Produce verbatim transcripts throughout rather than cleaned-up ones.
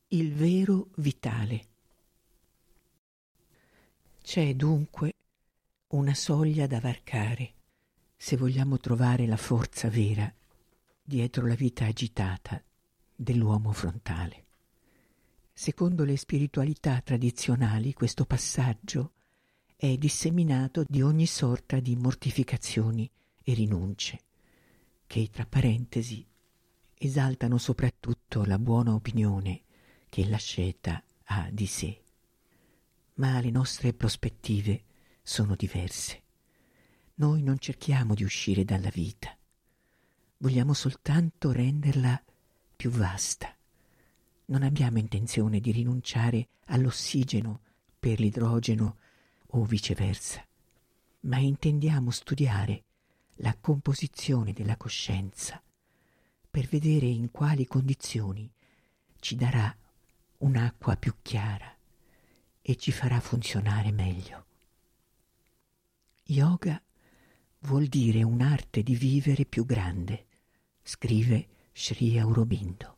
Il vero vitale. C'è dunque una soglia da varcare se vogliamo trovare la forza vera dietro la vita agitata dell'uomo frontale. Secondo le spiritualità tradizionali, questo passaggio è disseminato di ogni sorta di mortificazioni e rinunce, che, tra parentesi, esaltano soprattutto la buona opinione che l'asceta ha di sé. Ma le nostre prospettive sono diverse. Noi non cerchiamo di uscire dalla vita, vogliamo soltanto renderla più vasta. Non abbiamo intenzione di rinunciare all'ossigeno per l'idrogeno o viceversa, ma intendiamo studiare la composizione della coscienza per vedere in quali condizioni ci darà un'acqua più chiara e ci farà funzionare meglio. Yoga vuol dire un'arte di vivere più grande, scrive Sri Aurobindo.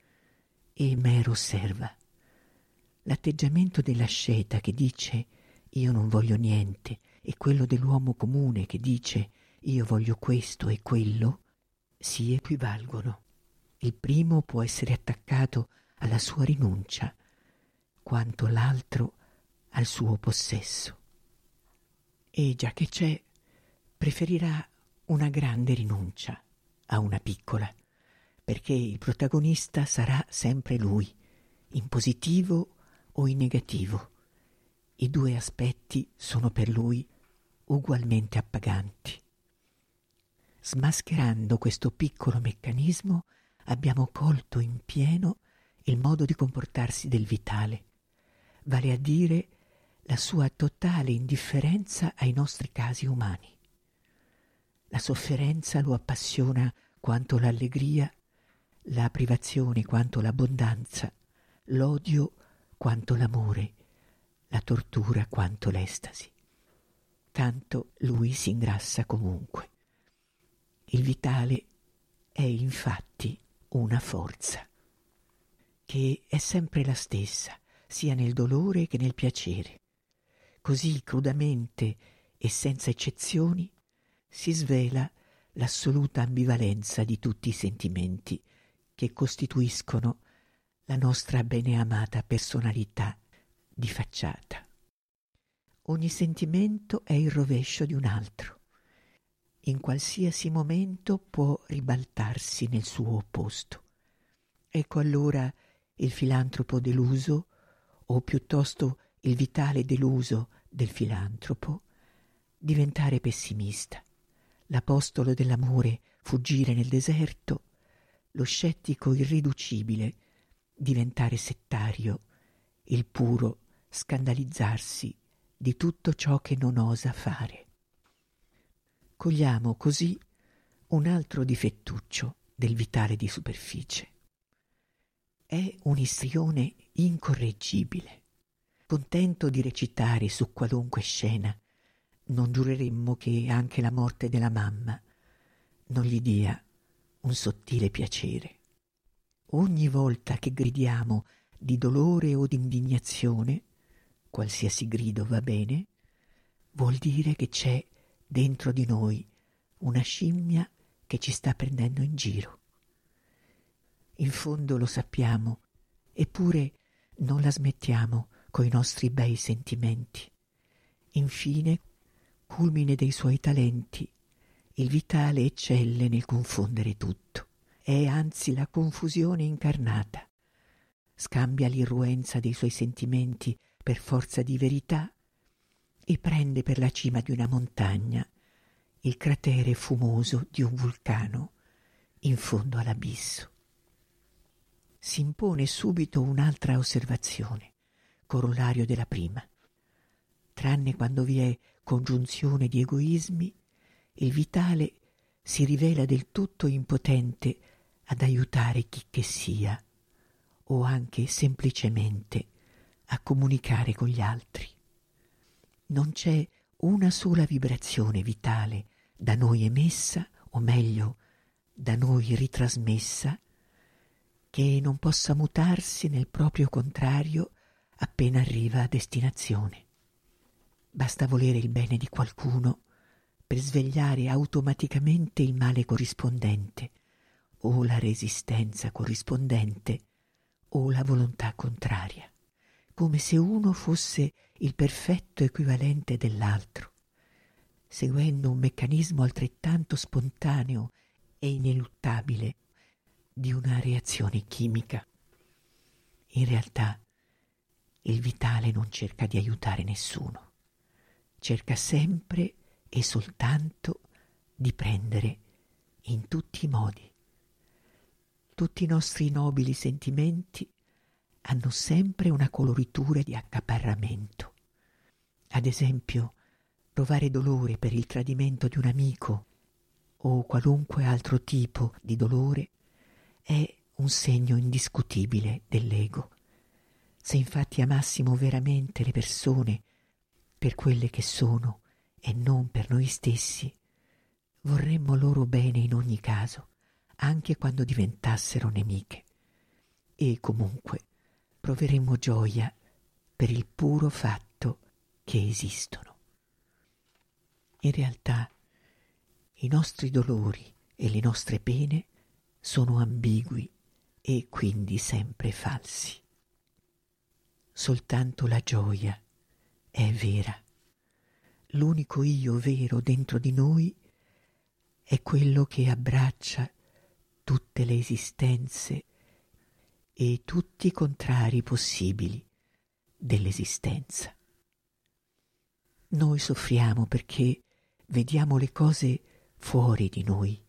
E Meher osserva: l'atteggiamento dell'asceta che dice io non voglio niente e quello dell'uomo comune che dice io voglio questo e quello si equivalgono. Il primo può essere attaccato alla sua rinuncia, quanto l'altro al suo possesso. E già che c'è, preferirà una grande rinuncia a una piccola, perché il protagonista sarà sempre lui, in positivo o in negativo. I due aspetti sono per lui ugualmente appaganti. Smascherando questo piccolo meccanismo, abbiamo colto in pieno il modo di comportarsi del vitale, vale a dire la sua totale indifferenza ai nostri casi umani. La sofferenza lo appassiona quanto l'allegria, la privazione quanto l'abbondanza, l'odio quanto l'amore, la tortura quanto l'estasi. Tanto lui si ingrassa comunque. Il vitale è infatti una forza, che è sempre la stessa, sia nel dolore che nel piacere. Così crudamente e senza eccezioni si svela l'assoluta ambivalenza di tutti i sentimenti che costituiscono la nostra beneamata personalità di facciata. Ogni sentimento è il rovescio di un altro. In qualsiasi momento può ribaltarsi nel suo opposto. Ecco allora il filantropo deluso, o piuttosto il vitale deluso del filantropo, diventare pessimista, l'apostolo dell'amore fuggire nel deserto, lo scettico irriducibile diventare settario, il puro scandalizzarsi di tutto ciò che non osa fare. Cogliamo così un altro difettuccio del vitale di superficie. È un istrione incorreggibile. Contento di recitare su qualunque scena, non giureremmo che anche la morte della mamma non gli dia un sottile piacere. Ogni volta che gridiamo di dolore o di indignazione, qualsiasi grido va bene, vuol dire che c'è dentro di noi una scimmia che ci sta prendendo in giro. In fondo lo sappiamo, eppure non la smettiamo coi nostri bei sentimenti. Infine, culmine dei suoi talenti, il vitale eccelle nel confondere tutto. È anzi la confusione incarnata. Scambia l'irruenza dei suoi sentimenti per forza di verità e prende per la cima di una montagna il cratere fumoso di un vulcano in fondo all'abisso. Si impone subito un'altra osservazione, corollario della prima. Tranne quando vi è congiunzione di egoismi, il vitale si rivela del tutto impotente ad aiutare chi che sia, o anche semplicemente a comunicare con gli altri. Non c'è una sola vibrazione vitale da noi emessa, o meglio, da noi ritrasmessa, che non possa mutarsi nel proprio contrario appena arriva a destinazione. Basta volere il bene di qualcuno per svegliare automaticamente il male corrispondente, o la resistenza corrispondente, o la volontà contraria, come se uno fosse il perfetto equivalente dell'altro, seguendo un meccanismo altrettanto spontaneo e ineluttabile di una reazione chimica. In realtà, il vitale non cerca di aiutare nessuno, cerca sempre e soltanto di prendere in tutti i modi. Tutti i nostri nobili sentimenti hanno sempre una coloritura di accaparramento. Ad esempio, provare dolore per il tradimento di un amico o qualunque altro tipo di dolore è un segno indiscutibile dell'ego. Se infatti amassimo veramente le persone per quelle che sono e non per noi stessi, vorremmo loro bene in ogni caso, anche quando diventassero nemiche, e comunque proveremmo gioia per il puro fatto che esistono. In realtà, i nostri dolori e le nostre pene sono ambigui e quindi sempre falsi. Soltanto la gioia è vera. L'unico io vero dentro di noi è quello che abbraccia tutte le esistenze e tutti i contrari possibili dell'esistenza. Noi soffriamo perché vediamo le cose fuori di noi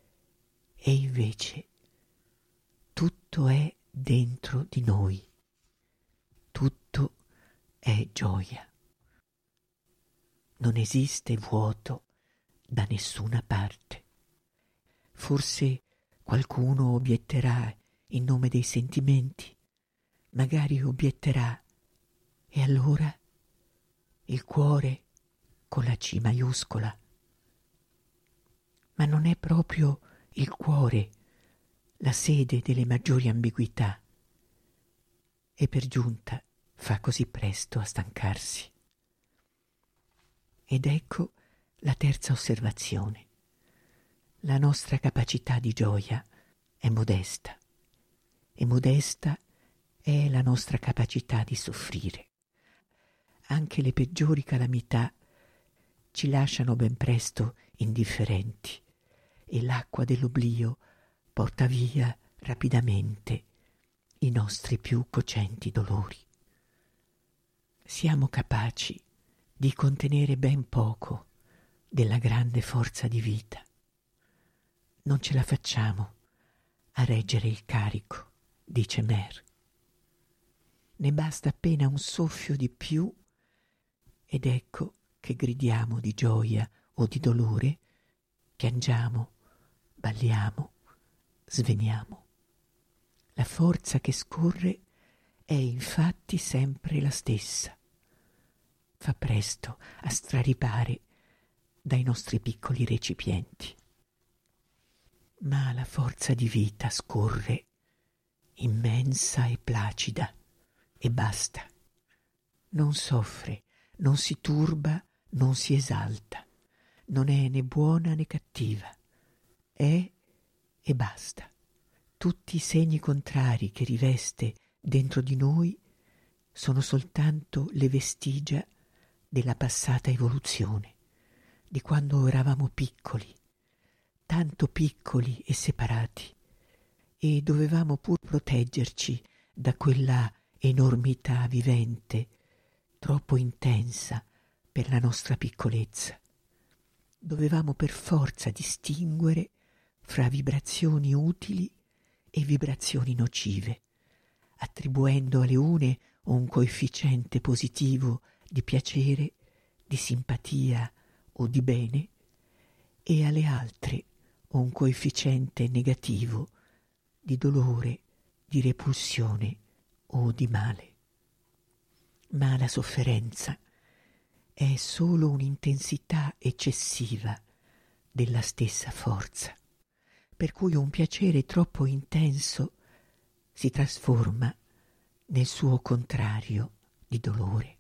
e invece tutto è dentro di noi, tutto è gioia. Non esiste vuoto da nessuna parte. Forse qualcuno obietterà in nome dei sentimenti, magari obietterà, e allora il cuore con la C maiuscola. Ma non è proprio il cuore la sede delle maggiori ambiguità, e per giunta fa così presto a stancarsi. Ed ecco la terza osservazione. La nostra capacità di gioia è modesta, e modesta è la nostra capacità di soffrire. Anche le peggiori calamità ci lasciano ben presto indifferenti, e l'acqua dell'oblio porta via rapidamente i nostri più cocenti dolori. Siamo capaci di contenere ben poco della grande forza di vita. Non ce la facciamo a reggere il carico, dice Mer. Ne basta appena un soffio di più ed ecco che gridiamo di gioia o di dolore, piangiamo, balliamo, sveniamo. La forza che scorre è infatti sempre la stessa. Fa presto a straripare dai nostri piccoli recipienti. Ma la forza di vita scorre immensa e placida e basta. Non soffre, non si turba, non si esalta, non è né buona né cattiva, è e basta. Tutti i segni contrari che riveste dentro di noi sono soltanto le vestigia della passata evoluzione, di quando eravamo piccoli, tanto piccoli e separati, e dovevamo pur proteggerci da quella enormità vivente, troppo intensa per la nostra piccolezza. Dovevamo per forza distinguere fra vibrazioni utili e vibrazioni nocive, attribuendo alle une un coefficiente positivo di piacere, di simpatia o di bene, e alle altre un coefficiente negativo di dolore, di repulsione o di male. Ma la sofferenza è solo un'intensità eccessiva della stessa forza, per cui un piacere troppo intenso si trasforma nel suo contrario di dolore.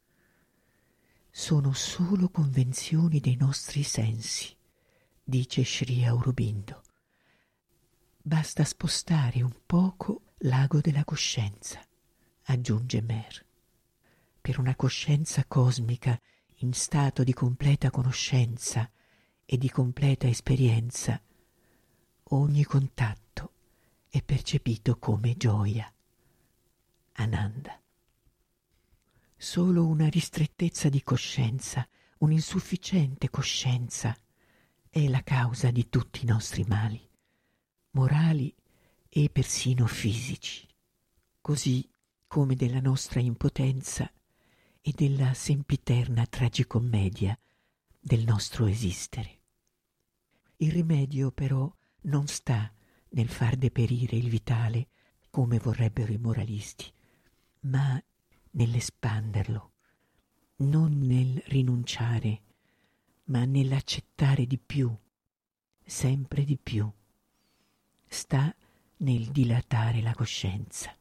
Sono solo convenzioni dei nostri sensi, dice Sri Aurobindo. Basta spostare un poco l'ago della coscienza, aggiunge Mer. Per una coscienza cosmica in stato di completa conoscenza e di completa esperienza, ogni contatto è percepito come gioia. Ananda. Solo una ristrettezza di coscienza, un'insufficiente coscienza, è la causa di tutti i nostri mali, morali e persino fisici, così come della nostra impotenza e della sempiterna tragicommedia del nostro esistere. Il rimedio però non sta nel far deperire il vitale come vorrebbero i moralisti, ma nell'espanderlo, non nel rinunciare, ma nell'accettare di più, sempre di più. Sta nel dilatare la coscienza.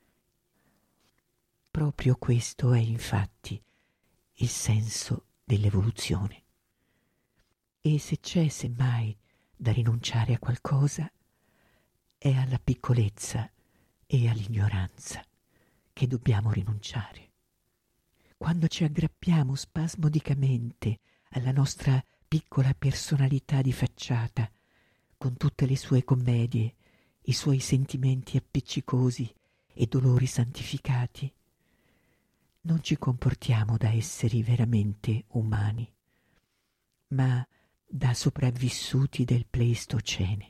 Proprio questo è infatti il senso dell'evoluzione. E se c'è semmai da rinunciare a qualcosa, è alla piccolezza e all'ignoranza che dobbiamo rinunciare. Quando ci aggrappiamo spasmodicamente alla nostra piccola personalità di facciata, con tutte le sue commedie, i suoi sentimenti appiccicosi e dolori santificati, non ci comportiamo da esseri veramente umani, ma da sopravvissuti del Pleistocene.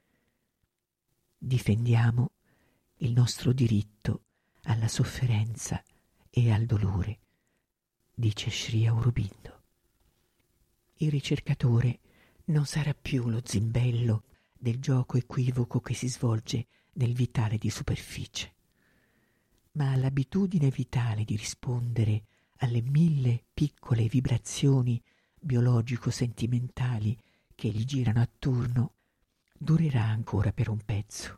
Difendiamo il nostro diritto alla sofferenza e al dolore, dice Sri Aurobindo. Il ricercatore non sarà più lo zimbello del gioco equivoco che si svolge nel vitale di superficie, ma l'abitudine vitale di rispondere alle mille piccole vibrazioni biologico-sentimentali che gli girano attorno durerà ancora per un pezzo.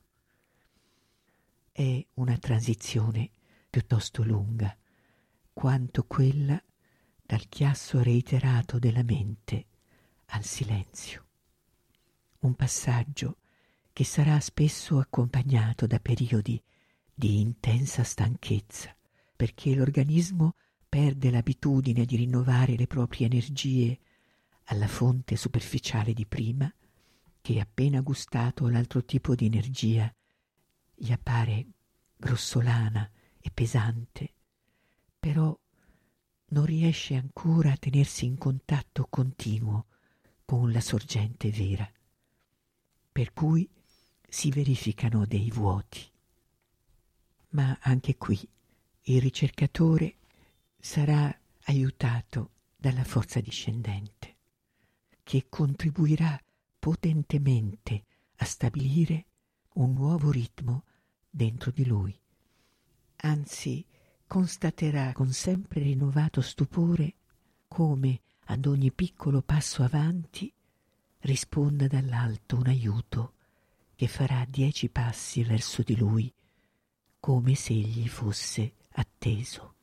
È una transizione piuttosto lunga, quanto quella dal chiasso reiterato della mente al silenzio. Un passaggio che sarà spesso accompagnato da periodi di intensa stanchezza, perché l'organismo perde l'abitudine di rinnovare le proprie energie alla fonte superficiale di prima, che appena gustato l'altro tipo di energia gli appare grossolana e pesante, però non riesce ancora a tenersi in contatto continuo con la sorgente vera, per cui si verificano dei vuoti. Ma anche qui il ricercatore sarà aiutato dalla forza discendente, che contribuirà potentemente a stabilire un nuovo ritmo dentro di lui. Anzi, constaterà con sempre rinnovato stupore come ad ogni piccolo passo avanti risponda dall'alto un aiuto che farà dieci passi verso di lui, come se egli fosse atteso.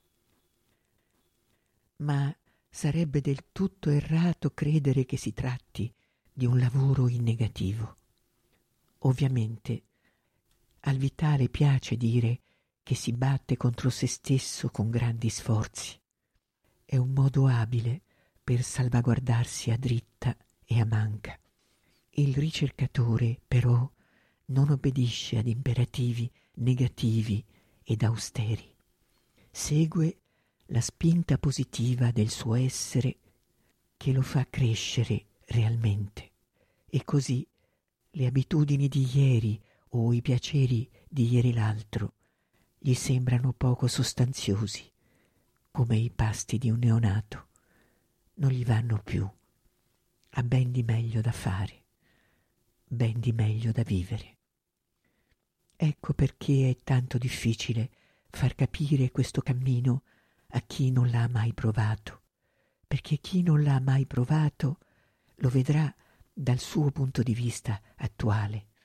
Ma sarebbe del tutto errato credere che si tratti di un lavoro in negativo. Ovviamente al vitale piace dire che si batte contro se stesso con grandi sforzi. È un modo abile per salvaguardarsi a dritta e a manca. Il ricercatore, però, non obbedisce ad imperativi negativi ed austeri. Segue la spinta positiva del suo essere che lo fa crescere realmente, e così le abitudini di ieri o i piaceri di ieri l'altro gli sembrano poco sostanziosi, come i pasti di un neonato. Non gli vanno più. Ha ben di meglio da fare, ben di meglio da vivere. Ecco perché è tanto difficile far capire questo cammino a chi non l'ha mai provato, perché chi non l'ha mai provato lo vedrà dal suo punto di vista attuale,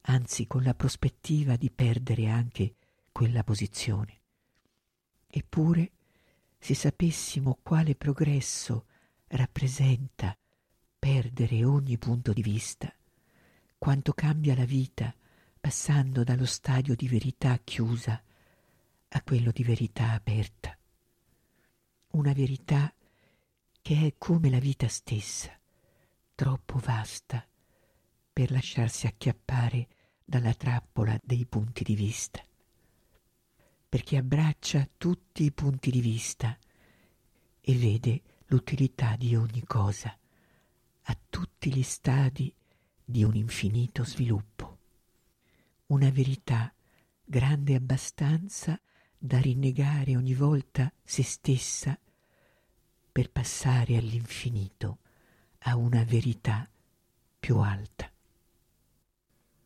anzi con la prospettiva di perdere anche quella posizione. Eppure, se sapessimo quale progresso rappresenta perdere ogni punto di vista, quanto cambia la vita passando dallo stadio di verità chiusa a quello di verità aperta. Una verità che è come la vita stessa, troppo vasta per lasciarsi acchiappare dalla trappola dei punti di vista, perché abbraccia tutti i punti di vista e vede l'utilità di ogni cosa a tutti gli stadi di un infinito sviluppo. Una verità grande abbastanza da rinnegare ogni volta se stessa per passare all'infinito, a una verità più alta.